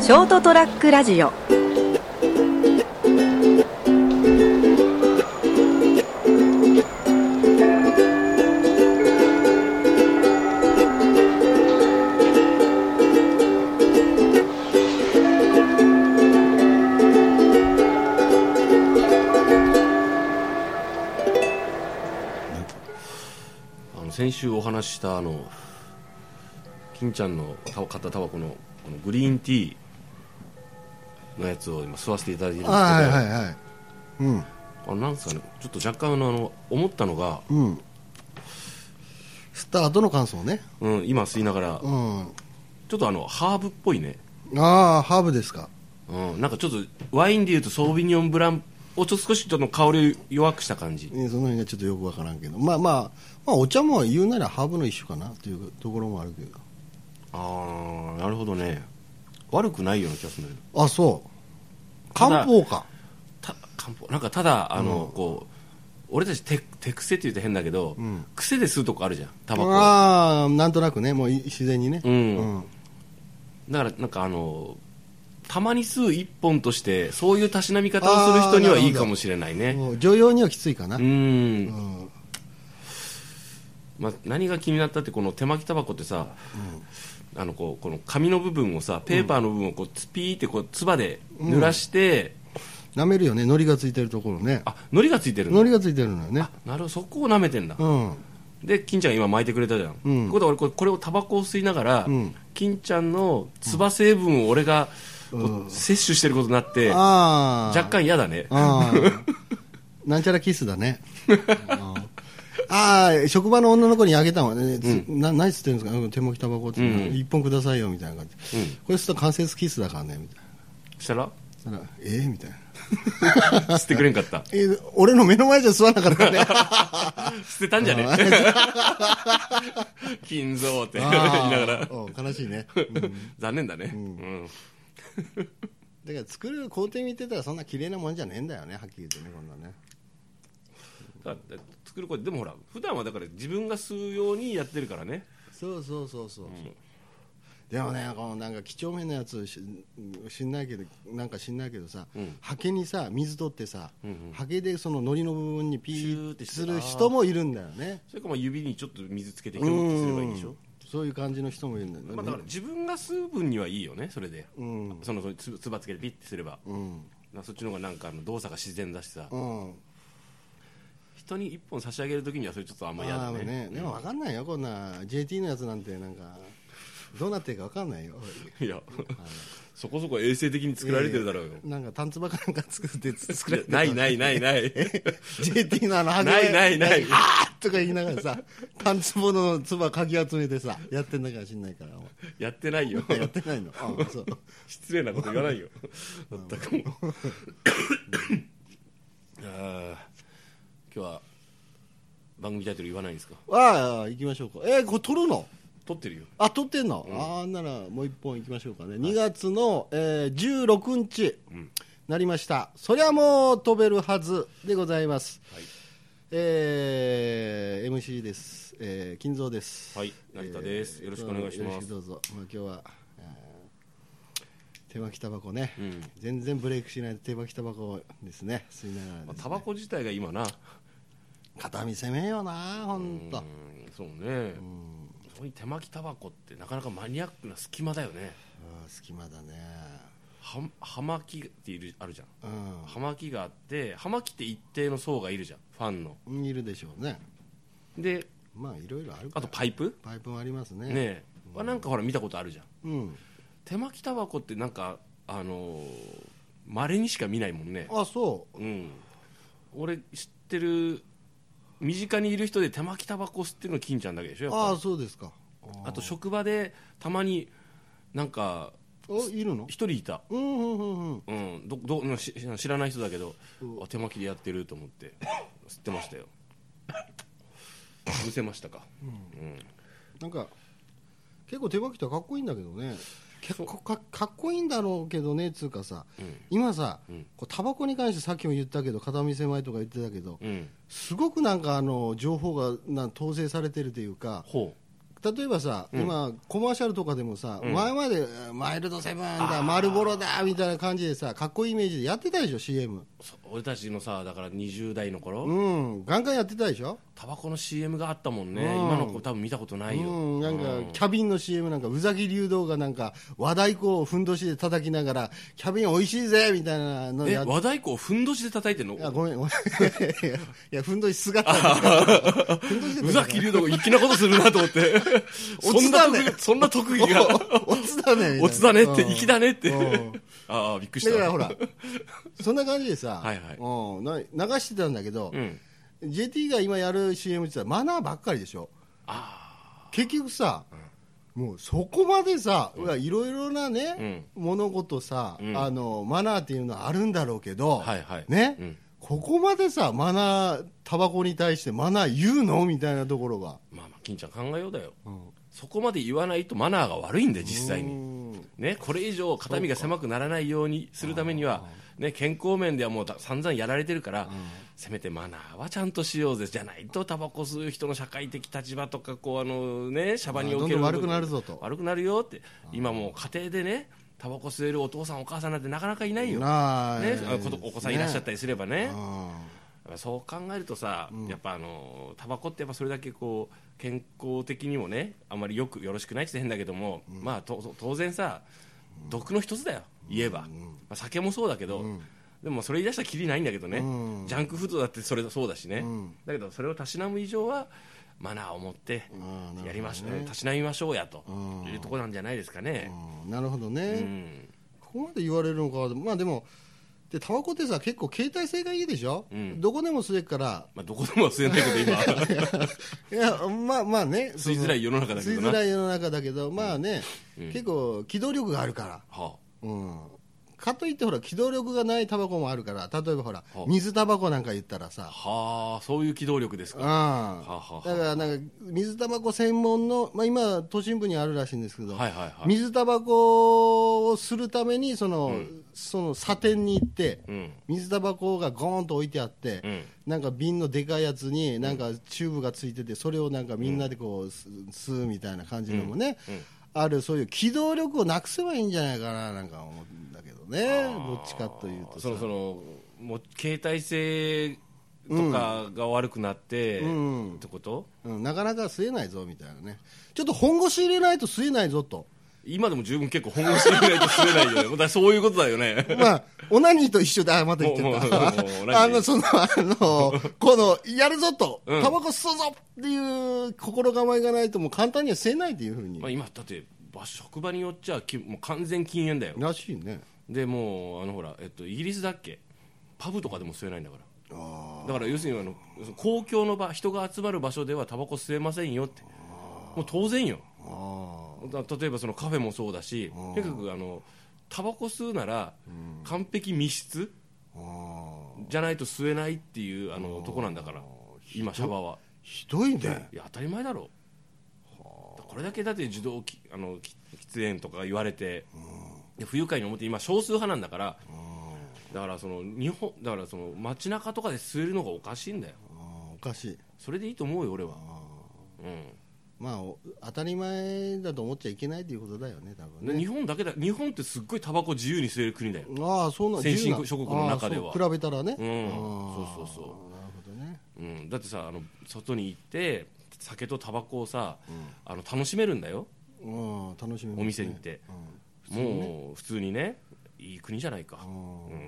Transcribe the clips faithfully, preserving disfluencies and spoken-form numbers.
ショートトラックラジオ。 先週お話ししたあの金ちゃんの買ったタバコのこのグリーンティーのやつを今吸わせていただいているんですけど、 はいはいはい、うん、 あのなんですかね、ちょっと若干あのあの思ったのが、 うん、吸った後の感想ね、 うん、今吸いながら、うん、ちょっとあのハーブっぽいね。 ああ、ハーブですか。 うん、なんかちょっとワインでいうとソービニョンブランをちょっと少しちょっと香りを弱くした感じ。 その辺がちょっとよくわからんけど、まあまあ、まあ、お茶も言うならハーブの一種かなというところもあるけど。 ああ、なるほどね。悪くないような気がするんだけど。あ、そう漢方か。 た漢方なんかただあの、うん、こう俺たち 手, 手癖って言うと変だけど、うん、癖で吸うとこあるじゃん、タバコ。 ああ、なんとなくね、もう自然にね、 うんうん、だからなんかあのたまに吸う一本としてそういうたしなみ方をする人にはいいかもしれないね。 常用にはきついかな。うん、うん、 まあ、何が気になったってこの手巻きタバコってさ、うん、あのこうこの紙の部分をさ、ペーパーの部分をこうピーってこうつばで濡らして、 うん、舐めるよね、海苔がついてるところね。 あ、海苔がついてるの。 海苔がついてるのよね。 あ、なるほど、そこを舐めてんだ。 うん、で金ちゃんが今巻いてくれたじゃん、うん、これ俺これをタバコを吸いながら、うん、金ちゃんのつば成分を俺が、うん、摂取してることになって、あ、若干嫌だね。 あなんちゃらキスだね。ああ、職場の女の子にあげたのね、うん、な何つってるんですか、手巻きタバコって、うん、一本くださいよみたいな感じ、うん、これすると関節キスだからねみたいな。 したらしたらえー、みたいな。 吸ってくれんかった。 えー、俺の目の前じゃ吸わなかったね。 捨てたんじゃね。金蔵って言いながら。 悲しいね。 うん、残念だね。うんうん、 だから作る工程見てたらそんな綺麗なもんじゃねえんだよね、はっきり言ってね、こんなね。 だ作る工程でもほら普段はだから自分が吸うようにやってるからね。 そうそうそうそう、うん、でもね、このなんか几帳面なやつ し, 知んないけどなんか知んないけどさ、うん、ハケにさ水取ってさ、うんうん、ハケでその海苔の部分にピーってする人もいるんだよね。 それかまあ指にちょっと水つけてひょんってすればいいでしょ。 そういう感じの人もいるんだよね。 まあ、だから自分が吸う分にはいいよね、それで、うん、そのつ, つばつけてピッてすれば、うん、そっちの方がなんかあの動作が自然だしさ、うん、人に一本差し上げるときにはそれちょっとあんま嫌だ ね, ね。 でも分かんないよ、こんな ジェーティー のやつなんてなんかどうなってるか分かんないよ。 いやそこそこ衛生的に作られてるだろうよ、 えー、なんかタンツバかなんか作って作られてるないないないないジェーティー のあのハゲないないないあーとか言いながらさタンツボのつばかき集めてさやってんだから知んないから。 やってないよ。 やってないの。ああ、そう失礼なこと言わないよ。だったかも。あ、今日は番組タイトル言わないんですか。 ああ、行きましょうか。えー、これ撮るの。 撮ってるよ。 あ、撮ってんの、うん、ああ、ならもう一本行きましょうかね。はい、にがつの、えー、じゅうろくにち、うん、なりました。そりゃもう飛べるはずでございます。はい、えー、エムシー です。えー、金蔵です。 はい、成田です。えー、よろしくお願いします。 どうぞ。まあ、今日は、えー、手巻きタバコね、うん、全然ブレイクしない手巻きタバコですね。吸いながらですね。 まあ、タバコ自体が今な肩身攻めよな、ほんと。 そうね。うん、手巻きタバコってなかなかマニアックな隙間だよね。 ああ、隙間だね。 は葉巻っているあるじゃん、うん、葉巻があって葉巻って一定の層がいるじゃん、ファンの。 いるでしょうね。 でまあいろいろあるから。 あとパイプパイプもありますね。 ねえ、うん、なんかほら見たことあるじゃん、うん、手巻きタバコってなんかあのまれにしか見ないもんね。 あ、そう、 うん、俺知ってる身近にいる人で手巻きタバコ吸ってるの金ちゃんだけでしょ、やっぱり。 ああ、そうですか。 あ, あと職場でたまになんかいるの一人いた、うんうんうんうん、どど知らない人だけど、うん、手巻きでやってると思って吸ってましたよ。むせましたか、うんうん、 なんか結構手巻きってかっこいいんだけどね。結構 か, かっこいいんだろうけどねつうかさ、うん、今さ、うん、こうタバコに関してさっきも言ったけど肩身狭いとか言ってたけど、うん、すごくなんかあの情報がな統制されてるというか、 例えばさ、 うん、 今コマーシャルとかでもさ、うん、前までマイルドセブンだマルボロだみたいな感じでさ、かっこいいイメージでやってたでしょ シーエム。 俺たちのさだからにじゅう代の頃、 うん、ガンガンやってたでしょ。 タバコの シーエム があったもんね、うん、今の子多分見たことないよ、 うん、なんか、うん、キャビンの シーエム なんか宇崎竜道がなんか和太鼓をふんどしで叩きながらキャビンおいしいぜみたいなのやえ和太鼓をふんどしで叩いてんの。 いやごめんごめんいやふんどし姿宇崎竜道が粋なことするなと思ってそんな特技そんな特技がおつだねおつだねって粋だねってああびっくりした。 だからほらそんな感じでさはい、はい、 うん、流してたんだけど、うん、ジェーティー が今やる シーエム って言ったらマナーばっかりでしょ。あ結局さ、うん、もうそこまでさいろいろなね、うん、物事さ、うん、あのマナーっていうのはあるんだろうけど、はいはい、ね、うん、ここまでさマナータバコに対してマナー言うのみたいなところがまあまあ金ちゃん考えようだよ、うん、そこまで言わないとマナーが悪いんで実際に、ね、これ以上肩身が狭くならないようにするためには、ね、健康面ではもう散々やられてるから、うん、せめてマナーはちゃんとしようぜ。じゃないとタバコ吸う人の社会的立場とかこうあの、ね、シャバにおけるどんどん悪くなるぞと悪くなるよって今もう家庭でねタバコ吸えるお父さんお母さんなんてなかなかいないよ、ね、お子さんいらっしゃったりすればね、そう考えるとさ、うん、やっぱあのタバコってやっぱそれだけこう健康的にもねあんまりよくよろしくないって変だけども、うん、まあと当然さ毒の一つだよ言えば、うんまあ、酒もそうだけど、うん、でもそれ言い出したらきりないんだけどね、うん、ジャンクフードだってそれそうだしね、うん、だけどそれをたしなむ以上はマナーを持ってやりましょう、ね、たしなみましょうやというところなんじゃないですかね。 なるほどね、うん、ここまで言われるのか。まあでもでタバコってさ結構携帯性がいいでしょ、うん、どこでも吸えるから、 まあ、どこでも吸えないけど今いやまあまあね吸いづらい世の中だけどな吸いづらい世の中だけどまあね、うん、結構機動力があるから、はあうん、かといってほら機動力がないタバコもあるから、例えばほら、はあ、水タバコなんか言ったらさ、 はあそういう機動力ですか。あ、 はあはあ、だからなんか水タバコ専門の、まあ、今都心部にあるらしいんですけど、はいはいはい、水タバコをするためにその、うん、その査点に行って、うん、水タバコがゴーンと置いてあって、うん、なんか瓶のでかいやつになんかチューブがついてて、それをなんかみんなでこう、うん、吸うみたいな感じのもね、うんうん、あるそういう機動力をなくせばいいんじゃないかななんか思うんだけどね。どっちかというとさ、 そのそのもう携帯性とかが悪くなって、うん、ってこと、 うん、なかなか吸えないぞみたいなね。ちょっと本腰入れないと吸えないぞと。 今でも十分結構本腰入れないと吸えないよね。だそういうことだよね。 まあオナニーと一緒で、あまた言ってた。あのそのあのこのやるぞと、うん、タバコ吸うぞっていう心構えがないともう簡単には吸えないっていうふうに。 まあ今だって場所職場によっちゃもう完全禁煙だよ。 らしいね。 でもうあのほらえっとイギリスだっけパブとかでも吸えないんだから。あだから要するにあの公共の場人が集まる場所ではタバコ吸えませんよってもう当然よ。あ例えばそのカフェもそうだし、とにかくあのタバコ吸うなら完璧密室じゃないと吸えないっていうあのとこなんだから今シャバはひどいね。 いや当たり前だろう。これだけだって受動あの喫煙とか言われて不愉快に思って今少数派なんだからだからその日本だからその街中とかで吸えるのがおかしいんだよ。 おかしい。 それでいいと思うよ俺は。うんまあ、当たり前だと思っちゃいけないということだよね、多分ね。 日本だけだ、日本ってすっごいタバコ自由に吸える国だよ。 ああ、そうなん先進諸国の中では。 比べたらね。うん、 そうそうそう。なるほどね。うん、だってさ、あの外に行って酒とタバコをさ、うん、あの楽しめるんだよ。 うん、楽しめますね。 お店に行って、うん、もう普通にね、いい国じゃないか。うん、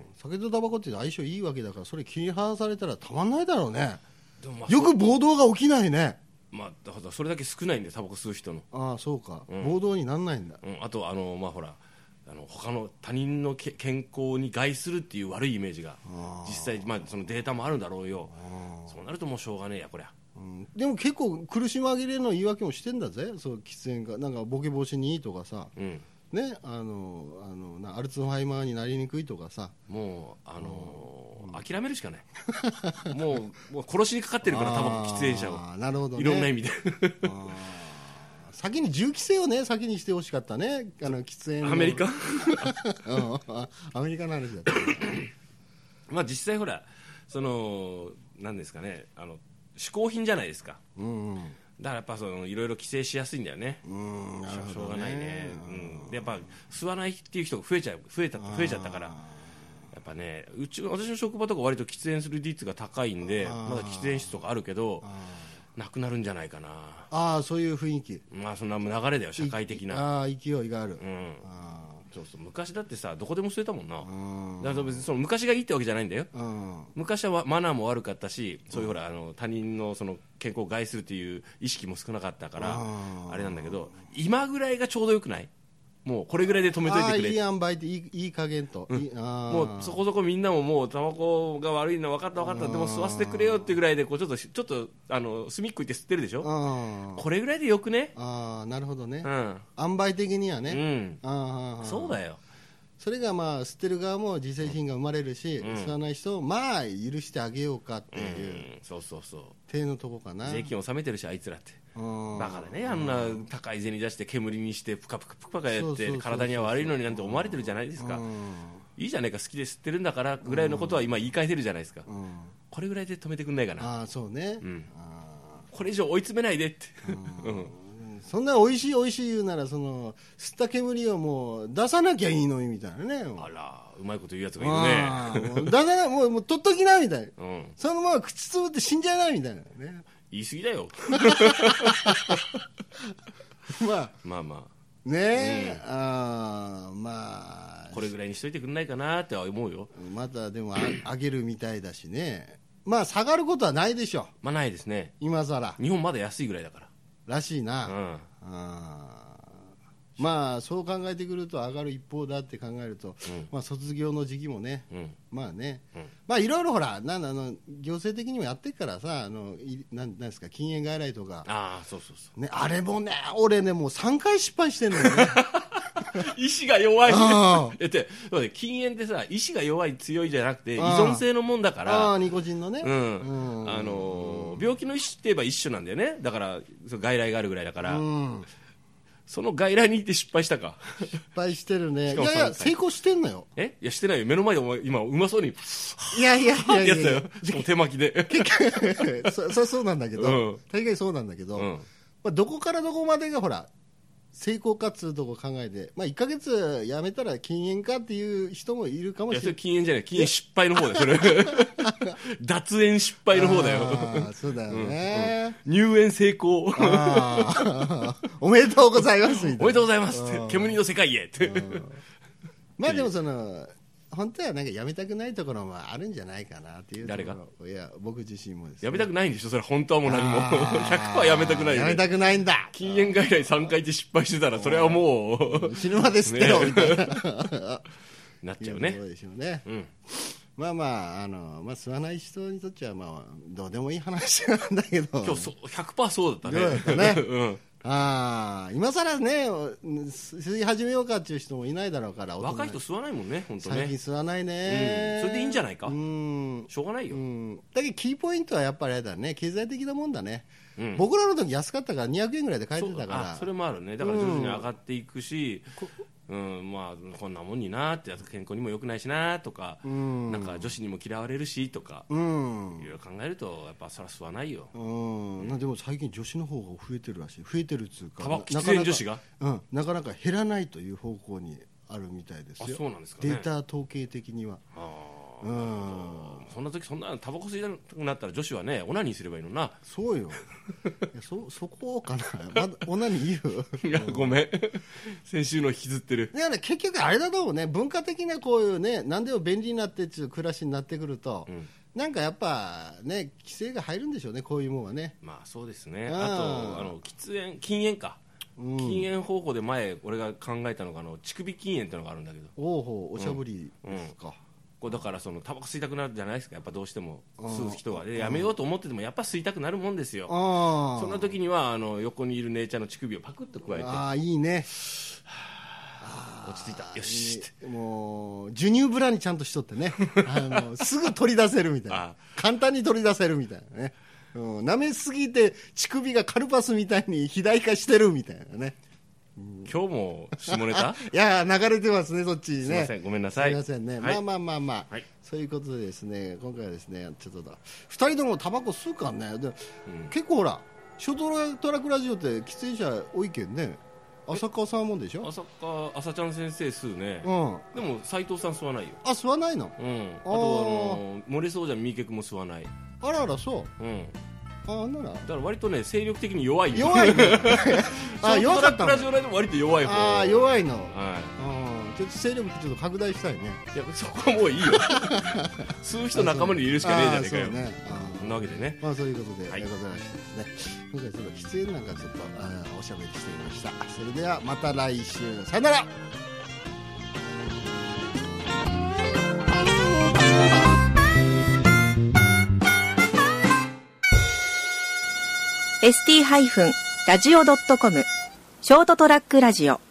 酒とタバコって相性いいわけだから、それ切り離されたらたまんないだろうね。でもまあ、よく暴動が起きないね。 まあ、だからそれだけ少ないんでタバコ吸う人の。 ああそうか、うん、暴動になんないんだ、 うん、あとあの、まあ、ほらあの他の他人のけ健康に害するっていう悪いイメージが実際、まあ、そのデータもあるんだろうよ。そうなるともうしょうがねえやこりゃ、 うん、でも結構苦し紛れの言い訳もしてんだぜ。そう喫煙がなんかボケ防止にいいとかさ、うんね、あのあのなアルツハイマーになりにくいとかさ、 もう、あのーうん、諦めるしかないもう、もう殺しにかかってるからタバコ喫煙者を。 なるほど、ね、 いろんな意味で先に銃規制をね先にしてほしかったね。あの喫煙のアメリカアメリカの話だったまあ実際ほらその何ですかねあの嗜好品じゃないですか、うんうん、 だからやっぱそのいろいろ規制しやすいんだよね。 うん、なるほどね。 しょうがないね、うん、でやっぱ吸わないっていう人が増えちゃう増えた増えちゃったから、やっぱね、うち私の職場とか割と喫煙する率が高いんで、まだ喫煙室とかあるけどなくなるんじゃないかな。 ああ、そういう雰囲気、 まあそんな流れだよ、社会的な。 ああ、勢いがある、 うん、あそうそう、昔だってさどこでも吸えたもんな。 うん、 だから別にその昔がいいってわけじゃないんだよ、 うん、 昔はマナーも悪かったし、そういうほらあの他人のその健康を害するっていう意識も少なかったから、あれなんだけど、今ぐらいがちょうどよくない？もうこれぐらいで止めといてくれ。 いい塩梅っていい、いい加減と、 うん、 いいあもうそこそこみんなももうタバコが悪いの分かった分かった、でも吸わせてくれよってぐらいでこうちょっとちょっとあの隅っこ行って吸ってるでしょ。これぐらいでよくね。 ああ、なるほどね、 うん、 塩梅的にはね、 うん、 あそうだよ。 それがまあ吸ってる側も自制心が生まれるし、 うん、 吸わない人をまあ許してあげようかっていう、うん、 そうそうそう、 手のとこかな。 税金を納めてるしあいつらって、だからね、あんな高い銭出して煙にしてプカプカプカプカやって体には悪いのになんて思われてるじゃないですか。いいじゃないか、好きで吸ってるんだからぐらいのことは今言い換えてるじゃないですか。これぐらいで止めてくんないかな。 ああ、そうね、 うん、これ以上追い詰めないでってうん、 そんな美味しい美味しい言うなら、その吸った煙をもう出さなきゃいいのにみたいなね。 あら、うまいこと言うやつがいるね。 もう出さない、もう、もう取っときなみたいな、うん、そのまま口つぶって死んじゃいなみたいなね。 言い過ぎだよまあまあまあねえ、うん、あまあこれぐらいにしといてくんないかなって思うよ。 またでもあげるみたいだしね。まあ下がることはないでしょ。 まあないですね、 今さら。 日本まだ安いぐらいだかららしいな、うん、あまあそう考えてくると上がる一方だって考えると、うん、まあ、卒業の時期もね、うん、まあね、うん、まあいろいろほらなんあの行政的にもやってるからさ、あのいなんなんですか、禁煙外来とか、 ああそうそうそう、 ね、あれもね、俺ねもうさんかい失敗してんのよね意志が弱いえって禁煙ってさ、意志が弱い強いじゃなくて依存性のもんだから、 あニコチンのね、 うんうん、あの病気の意志って言えば一緒なんだよね。だから外来があるぐらいだから、うん、その外来に行って失敗したか。 失敗してるね。いやいや成功してんのよ。 えいやしてないよ、目の前でお前今うまそうにいやいやいやいやいややつよ手巻きでそ, そそうなんだけど、うん、大概そうなんだけど、うん、まあ、どこからどこまでがほら成功かっつうとこ考えて、まあ、いっかげつやめたら禁煙かっていう人もいるかもしれない。いやそれ禁煙じゃない、禁煙失敗の方だよそれ脱煙失敗の方だよ。 あそうだよね、 うんうん、入煙成功おめでとうございますみたいな、 おめでとうございますって煙の世界へってまあでもその本当はなんかやめたくないところもあるんじゃないかなっていう。 誰が？ いや僕自身もです、ね、 やめたくないんでしょそれ。本当はもう何も ひゃくパーセント やめたくないよ、ね、 やめたくないんだ。 禁煙外来さんかいって失敗してたらそれはもう死ぬまで捨てろみたいななっちゃうね。 そうでしょうね、うん、まあまああの、まあ、吸わない人にとってはまあどうでもいい話なんだけど、 今日そ ひゃくパーセント そうだったね。 そうだったね、うんあ今さらね吸い始めようかっていう人もいないだろうから。 若い人吸わないもんね本当ね。 最近吸わないね、 うん、それでいいんじゃないか。うんしょうがないよ、うん、 だけどキーポイントはやっぱりあれだね、経済的なもんだね、うん、僕らの時安かったからにひゃくえんぐらいで買えてたから。 そ, それもあるね。だから徐々に上がっていくし、うん、うん、まあこんなもんになって健康にも良くないしなとか、うん、なんか女子にも嫌われるしとか、うん、いろいろ考えるとやっぱそら吸わないよ、うんうん、でも最近女子の方が増えてるらしい。増えてるっつうか、 タバコ喫煙女子がうん、なかなか減らないという方向にあるみたいですよ。 あそうなんですかね。 データ統計的には。 あうん、そんな時そんなタバコ吸いたくなったら女子はねオナニーすればいいのな。 そうよいや そ, そこかな、まだオナニー言ういやごめん先週の引きずってる。 いや、ね、結局あれだと思うね、文化的なこういうね何でも便利になってっていう暮らしになってくると、うん、なんかやっぱね規制が入るんでしょうね、こういうもんはね。 まあそうですね。あとあの喫煙禁煙か、うん、禁煙方法で前俺が考えたのがあの乳首禁煙ってのがあるんだけど。 おうほうおしゃぶりですか、うんうん、 こうだからそのタバコ吸いたくなるじゃないですか、やっぱどうしても吸う人は。でやめようと思っててもやっぱ吸いたくなるもんですよ。そんな時にはあの横にいる姉ちゃんの乳首をパクッと加えて、 ああいいね、 落ち着いたよしって、 もう授乳ブラにちゃんとしとってねあのすぐ取り出せるみたいな、簡単に取り出せるみたいなね、うん、舐めすぎて乳首がカルパスみたいに肥大化してるみたいなね。 今日も下ネタいや流れてますねそっちにね。 すいませんごめんなさい。 すいませんね、はい、まあまあまあまあ、はい、そういうことでですね今回はですねちょっとだふたりともタバコ吸うからねで、うん、結構ほらショートトラックラジオって喫煙者多いけんね。浅川さんもんでしょ。 浅川朝ちゃん先生吸うね、 うん、 でも斉藤さん吸わないよ。 あ、吸わないの。 うん、あとあの漏れそうじゃん三池君も吸わない。 あらあら、そう。 うん、 あ、ならだから割とね精力的に弱いよ。 弱いのあ、弱かったの。ショートトラックラジオでも割と弱い方。 ああ、弱いの。 はい、 ちょっと勢力ちょっと拡大したいね。 いや、そこはもういいよ。吸う人仲間にいるしかねえじゃねえかよ。 そうね。 そんなわけでね。 まあそういうことで、 はい、 ございましてですね。今回ちょっと喫煙なんかちょっとおしゃべりしてみました。それではまた来週、さよなら。 エスティー ラジオ ドットコム ショートトラックラジオ